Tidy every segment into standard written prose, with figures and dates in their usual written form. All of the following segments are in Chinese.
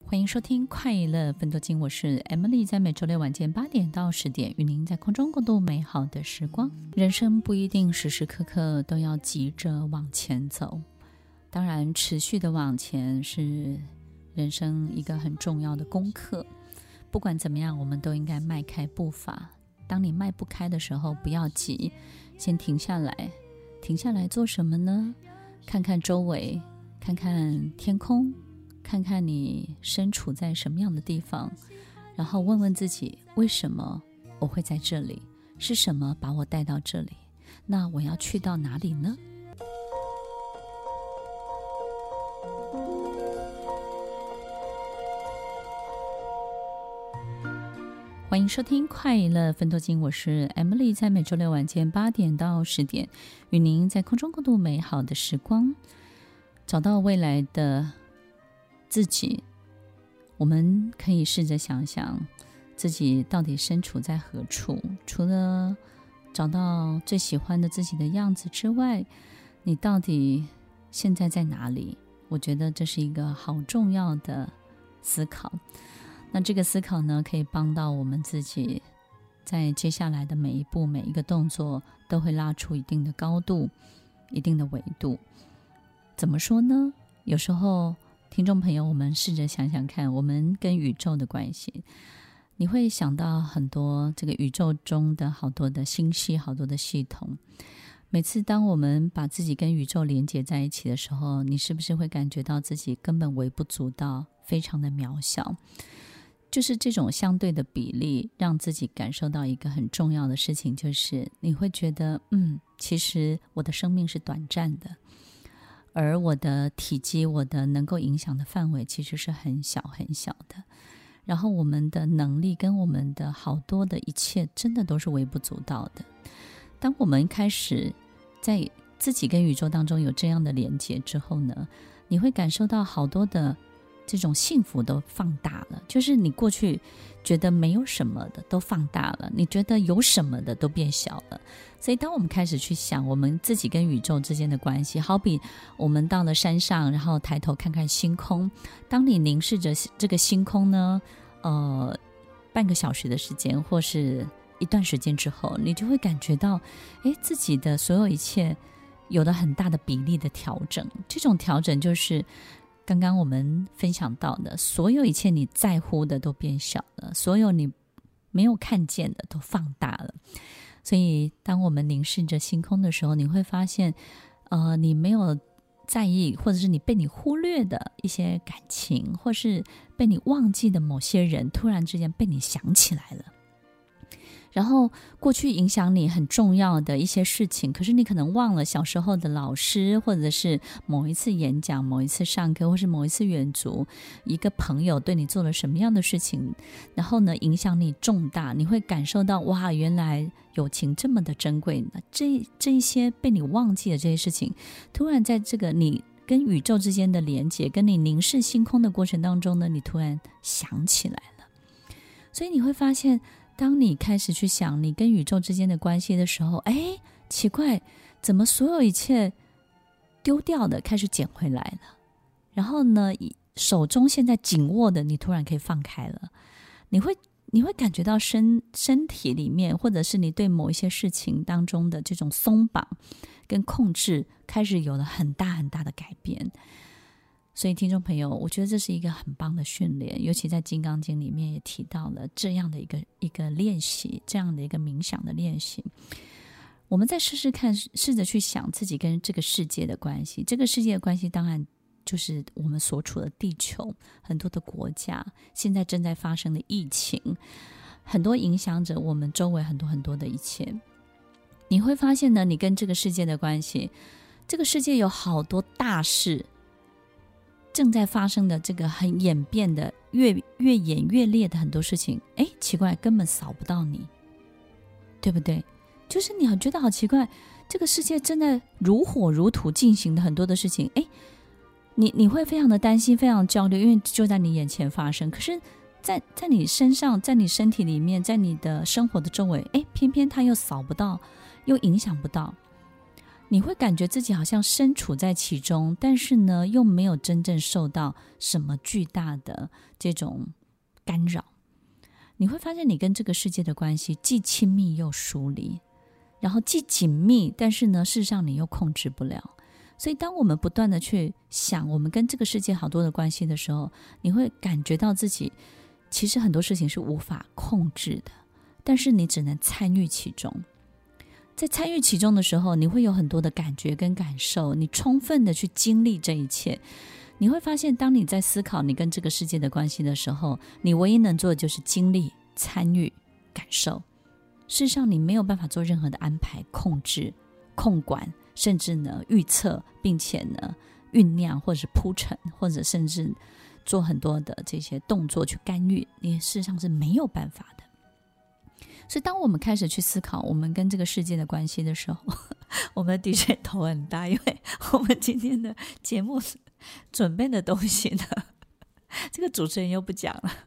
欢迎收听快乐分多金，我是 Emily， 在每周六晚间8点到10点与您在空中共度美好的时光。人生不一定时时刻刻都要急着往前走，当然持续的往前是人生一个很重要的功课。不管怎么样，我们都应该迈开步伐。当你迈不开的时候，不要急，先停下来。停下来做什么呢？看看周围，看看天空，看看你身处在什么样的地方，然后问问自己，为什么我会在这里？是什么把我带到这里？那我要去到哪里呢？欢迎收听快乐分多金，我是 Emily， 在每周六晚间8点到10点与您在空中共度美好的时光，找到未来的自己。我们可以试着想想自己到底身处在何处，除了找到最喜欢的自己的样子之外，你到底现在在哪里？我觉得这是一个好重要的思考。那这个思考呢，可以帮到我们自己，在接下来的每一步每一个动作都会拉出一定的高度，一定的维度。怎么说呢？有时候听众朋友，我们试着想想看，我们跟宇宙的关系，你会想到很多这个宇宙中的好多的星系，好多的系统。每次当我们把自己跟宇宙连接在一起的时候，你是不是会感觉到自己根本微不足道，非常的渺小？就是这种相对的比例，让自己感受到一个很重要的事情，就是你会觉得其实我的生命是短暂的，而我的体积，我的能够影响的范围其实是很小很小的，然后我们的能力跟我们的好多的一切真的都是微不足道的。当我们开始在自己跟宇宙当中有这样的连接之后呢，你会感受到好多的这种幸福都放大了，就是你过去觉得没有什么的都放大了，你觉得有什么的都变小了。所以当我们开始去想我们自己跟宇宙之间的关系，好比我们到了山上，然后抬头看看星空，当你凝视着这个星空呢，半个小时的时间或是一段时间之后，你就会感觉到自己的所有一切有了很大的比例的调整。这种调整就是刚刚我们分享到的，所有一切你在乎的都变小了，所有你没有看见的都放大了。所以当我们凝视着星空的时候，你会发现你没有在意，或者是你被你忽略的一些感情，或是被你忘记的某些人，突然之间被你想起来了。然后过去影响你很重要的一些事情，可是你可能忘了小时候的老师，或者是某一次演讲，某一次上课，或是某一次远足，一个朋友对你做了什么样的事情，然后呢影响你重大，你会感受到哇，原来友情这么的珍贵。这一些被你忘记的这些事情，突然在这个你跟宇宙之间的连接，跟你凝视星空的过程当中呢，你突然想起来了。所以你会发现，当你开始去想你跟宇宙之间的关系的时候，奇怪，怎么所有一切丢掉的开始捡回来了？然后呢，手中现在紧握的，你突然可以放开了。你会感觉到身体里面，或者是你对某一些事情当中的这种松绑跟控制，开始有了很大很大的改变。所以听众朋友，我觉得这是一个很棒的训练，尤其在《金刚经》里面也提到了这样的一个练习，这样的一个冥想的练习。我们再试试看，试着去想自己跟这个世界的关系。这个世界的关系当然就是我们所处的地球，很多的国家现在正在发生的疫情，很多影响着我们周围很多很多的一切。你会发现呢，你跟这个世界的关系，这个世界有好多大事正在发生的，这个很演变的越演越烈的很多事情，奇怪，根本扫不到你，对不对？就是你觉得好奇怪，这个世界正在如火如荼进行的很多的事情，你会非常的担心，非常焦虑，因为就在你眼前发生。可是在你身上，在你身体里面，在你的生活的周围，偏偏它又扫不到，又影响不到。 你会感觉自己好像身处在其中，但是呢，又没有真正受到什么巨大的这种干扰。你会发现你跟这个世界的关系既亲密又疏离，然后既紧密，但是呢，事实上你又控制不了。所以当我们不断的去想我们跟这个世界好多的关系的时候，你会感觉到自己其实很多事情是无法控制的，但是你只能参与其中。在参与其中的时候，你会有很多的感觉跟感受，你充分的去经历这一切。你会发现当你在思考你跟这个世界的关系的时候，你唯一能做的就是经历、参与、感受。事实上你没有办法做任何的安排、控制、控管，甚至呢预测，并且呢酝酿或者是铺陈，或者甚至做很多的这些动作去干预，你事实上是没有办法的。所以当我们开始去思考我们跟这个世界的关系的时候，我们的确头很大，因为我们今天的节目准备的东西呢，这个主持人又不讲了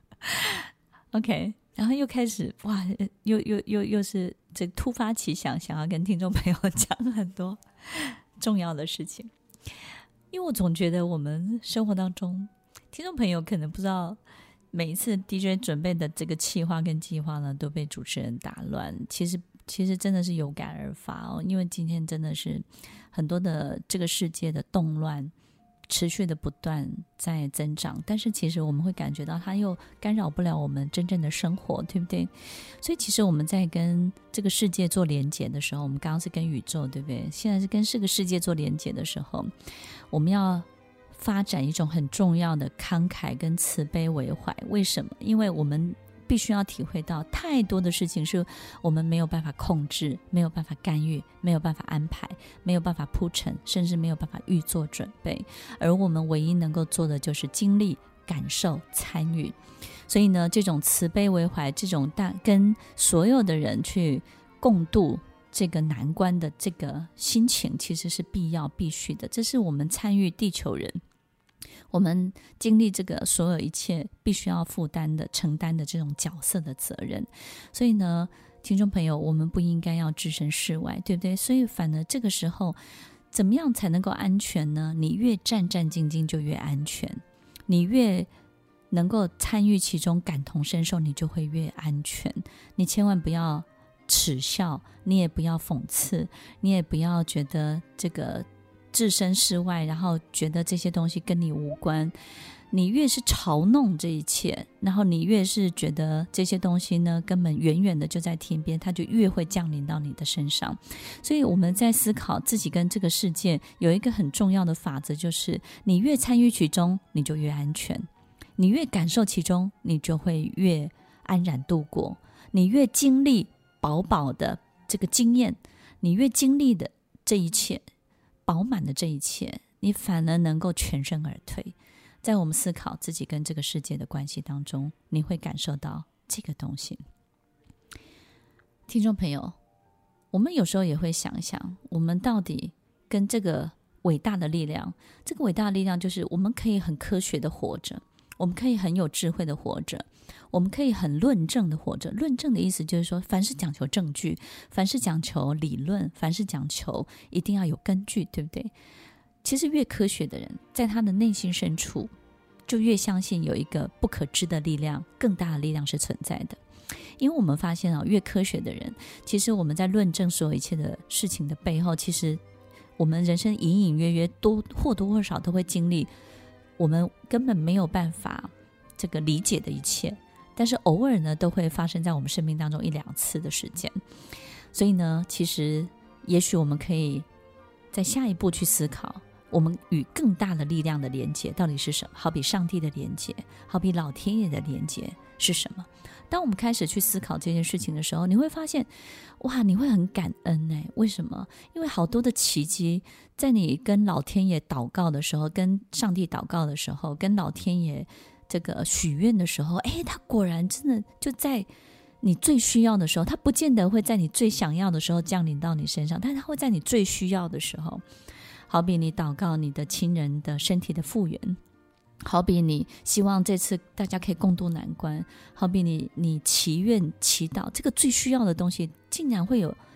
OK， 然后又开始哇，又是这突发奇想，想要跟听众朋友讲很多重要的事情。因为我总觉得我们生活当中，听众朋友可能不知道，每一次 DJ 准备的这个企划跟计划呢，都被主持人打乱。其实真的是有感而发哦，因为今天真的是很多的这个世界的动乱持续的不断在增长，但是其实我们会感觉到它又干扰不了我们真正的生活，对不对？所以其实我们在跟这个世界做连结的时候，我们刚刚是跟宇宙，对不对？现在是跟这个世界做连结的时候，我们要发展一种很重要的慷慨跟慈悲为怀。为什么？因为我们必须要体会到太多的事情是我们没有办法控制，没有办法干预，没有办法安排，没有办法铺陈，甚至没有办法预做准备，而我们唯一能够做的就是经历、感受、参与。所以呢，这种慈悲为怀，这种跟所有的人去共度这个难关的这个心情，其实是必要必须的。这是我们参与地球人，我们经历这个所有一切必须要负担的、承担的这种角色的责任。所以呢，听众朋友，我们不应该要置身事外，对不对？所以反而这个时候怎么样才能够安全呢？你越战战兢兢就越安全，你越能够参与其中、感同身受，你就会越安全。你千万不要耻笑，你也不要讽刺，你也不要觉得这个置身事外，然后觉得这些东西跟你无关。你越是嘲弄这一切，然后你越是觉得这些东西呢根本远远的就在天边，它就越会降临到你的身上。所以我们在思考自己跟这个世界有一个很重要的法则，就是你越参与其中，你就越安全；你越感受其中，你就会越安然度过；你越经历饱饱的这个经验，你越经历的这一切饱满的这一切，你反而能够全身而退。在我们思考自己跟这个世界的关系当中，你会感受到这个东西。听众朋友，我们有时候也会想一想，我们到底跟这个伟大的力量，这个伟大的力量就是我们可以很科学的活着，我们可以很有智慧的活着，我们可以很论证的活着。论证的意思就是说，凡是讲求证据，凡是讲求理论，凡是讲求一定要有根据，对不对？其实越科学的人，在他的内心深处就越相信有一个不可知的力量，更大的力量是存在的。因为我们发现越科学的人，其实我们在论证所有一切的事情的背后，其实我们人生隐隐约约或多或少都会经历我们根本没有办法这个理解的一切，但是偶尔呢都会发生在我们生命当中一两次的时间。所以呢，其实也许我们可以在下一步去思考，我们与更大的力量的连结到底是什么？好比上帝的连结，好比老天爷的连结是什么？当我们开始去思考这件事情的时候，你会发现，哇，你会很感恩耶。为什么？因为好多的奇迹，在你跟老天爷祷告的时候，跟上帝祷告的时候，跟老天爷这个许愿的时候，他果然真的就在你最需要的时候，他不见得会在你最想要的时候降临到你身上，但是他会在你最需要的时候。好比你祷告你的亲人的身体的复原，好比你希望这次大家可以共度难关，好比你祈愿祈祷，这个最需要的东西竟然会有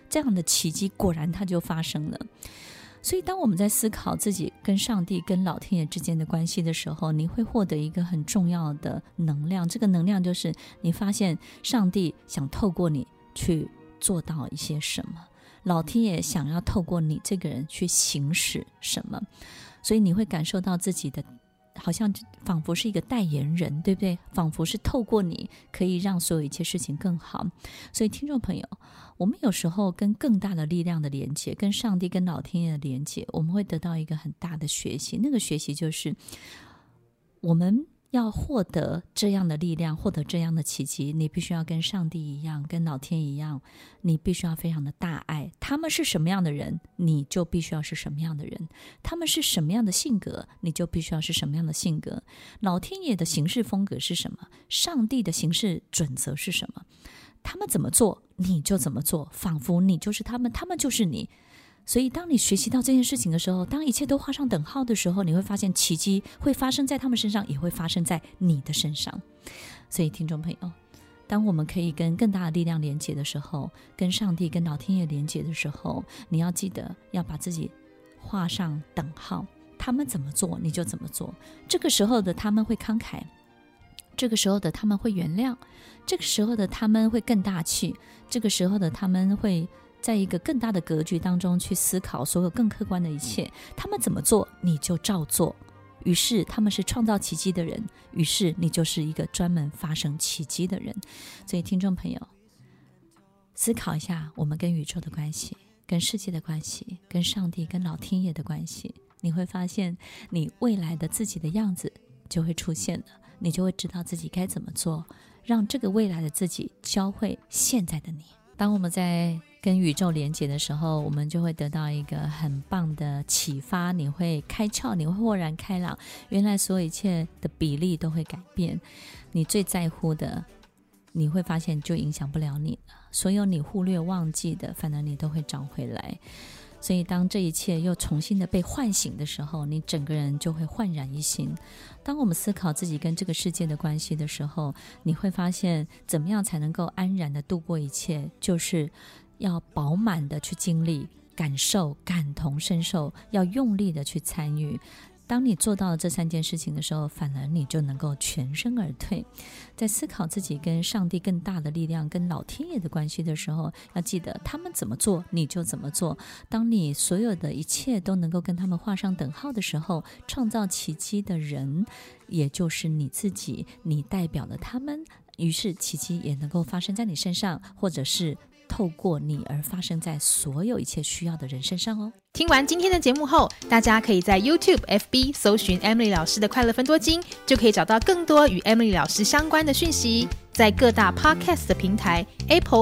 这样的奇迹果然它就发生了。所以当我们在思考自己跟上帝跟老天爷之间的关系的时候，你会获得一个很重要的能量，这个能量就是你发现上帝想透过你去做到一些什么，老天爷想要透过你这个人去行使什么，所以你会感受到自己的好像仿佛是一个代言人，对不对？仿佛是透过你可以让所有一切事情更好。所以听众朋友，我们有时候跟更大的力量的连接，跟上帝跟老天爷的连接，我们会得到一个很大的学习，那个学习就是我们要获得这样的力量，获得这样的奇迹，你必须要跟上帝一样，跟老天一样，你必须要非常的大爱。他们是什么样的人，你就必须要是什么样的人；他们是什么样的性格，你就必须要是什么样的性格。老天爷的行事风格是什么？上帝的行事准则是什么？他们怎么做，你就怎么做，仿佛你就是他们，他们就是你。所以当你学习到这件事情的时候，当一切都画上等号的时候，你会发现奇迹会发生在他们身上，也会发生在你的身上。所以听众朋友，当我们可以跟更大的力量连接的时候，跟上帝跟老天爷连接的时候，你要记得要把自己画上等号，他们怎么做你就怎么做。这个时候的他们会慷慨，这个时候的他们会原谅，这个时候的他们会更大气，这个时候的他们会在一个更大的格局当中去思考所有更客观的一切，他们怎么做你就照做。于是他们是创造奇迹的人，于是你就是一个专门发生奇迹的人。所以听众朋友，思考一下我们跟宇宙的关系，跟世界的关系，跟上帝跟老天爷的关系，你会发现你未来的自己的样子就会出现了，你就会知道自己该怎么做，让这个未来的自己教会现在的你。当我们在跟宇宙连接的时候，我们就会得到一个很棒的启发，你会开窍，你会豁然开朗，原来所有一切的比例都会改变，你最在乎的你会发现就影响不了你了，所有你忽略忘记的反而你都会找回来。所以当这一切又重新的被唤醒的时候，你整个人就会焕然一新。当我们思考自己跟这个世界的关系的时候，你会发现怎么样才能够安然的度过一切，就是要饱满的去经历、感受、感同身受，要用力的去参与。当你做到了这3件事情的时候，反而你就能够全身而退。在思考自己跟上帝更大的力量跟老天爷的关系的时候，要记得他们怎么做你就怎么做。当你所有的一切都能够跟他们画上等号的时候，创造奇迹的人也就是你自己，你代表了他们，于是奇迹也能够发生在你身上，或者是透过你而发生在所有一切需要的人身上哦。 听完今天的节目后，大家可以在 YouTube、FB 搜寻 Emily 老师的快乐分多金，就可以找到更多与 Emily 老师相关的讯息。在各大 Podcast 的平台 Apple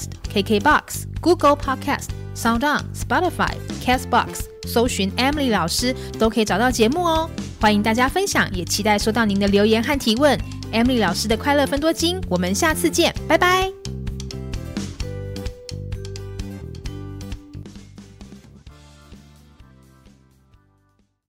Podcast、KKBOX、Google Podcast、SoundOn、Spotify、Castbox 搜寻 Emily 老师都可以找到节目哦。欢迎大家分享，也期待收到您的留言和提问。Emily 老师的快乐分多金，我们下次见，拜拜。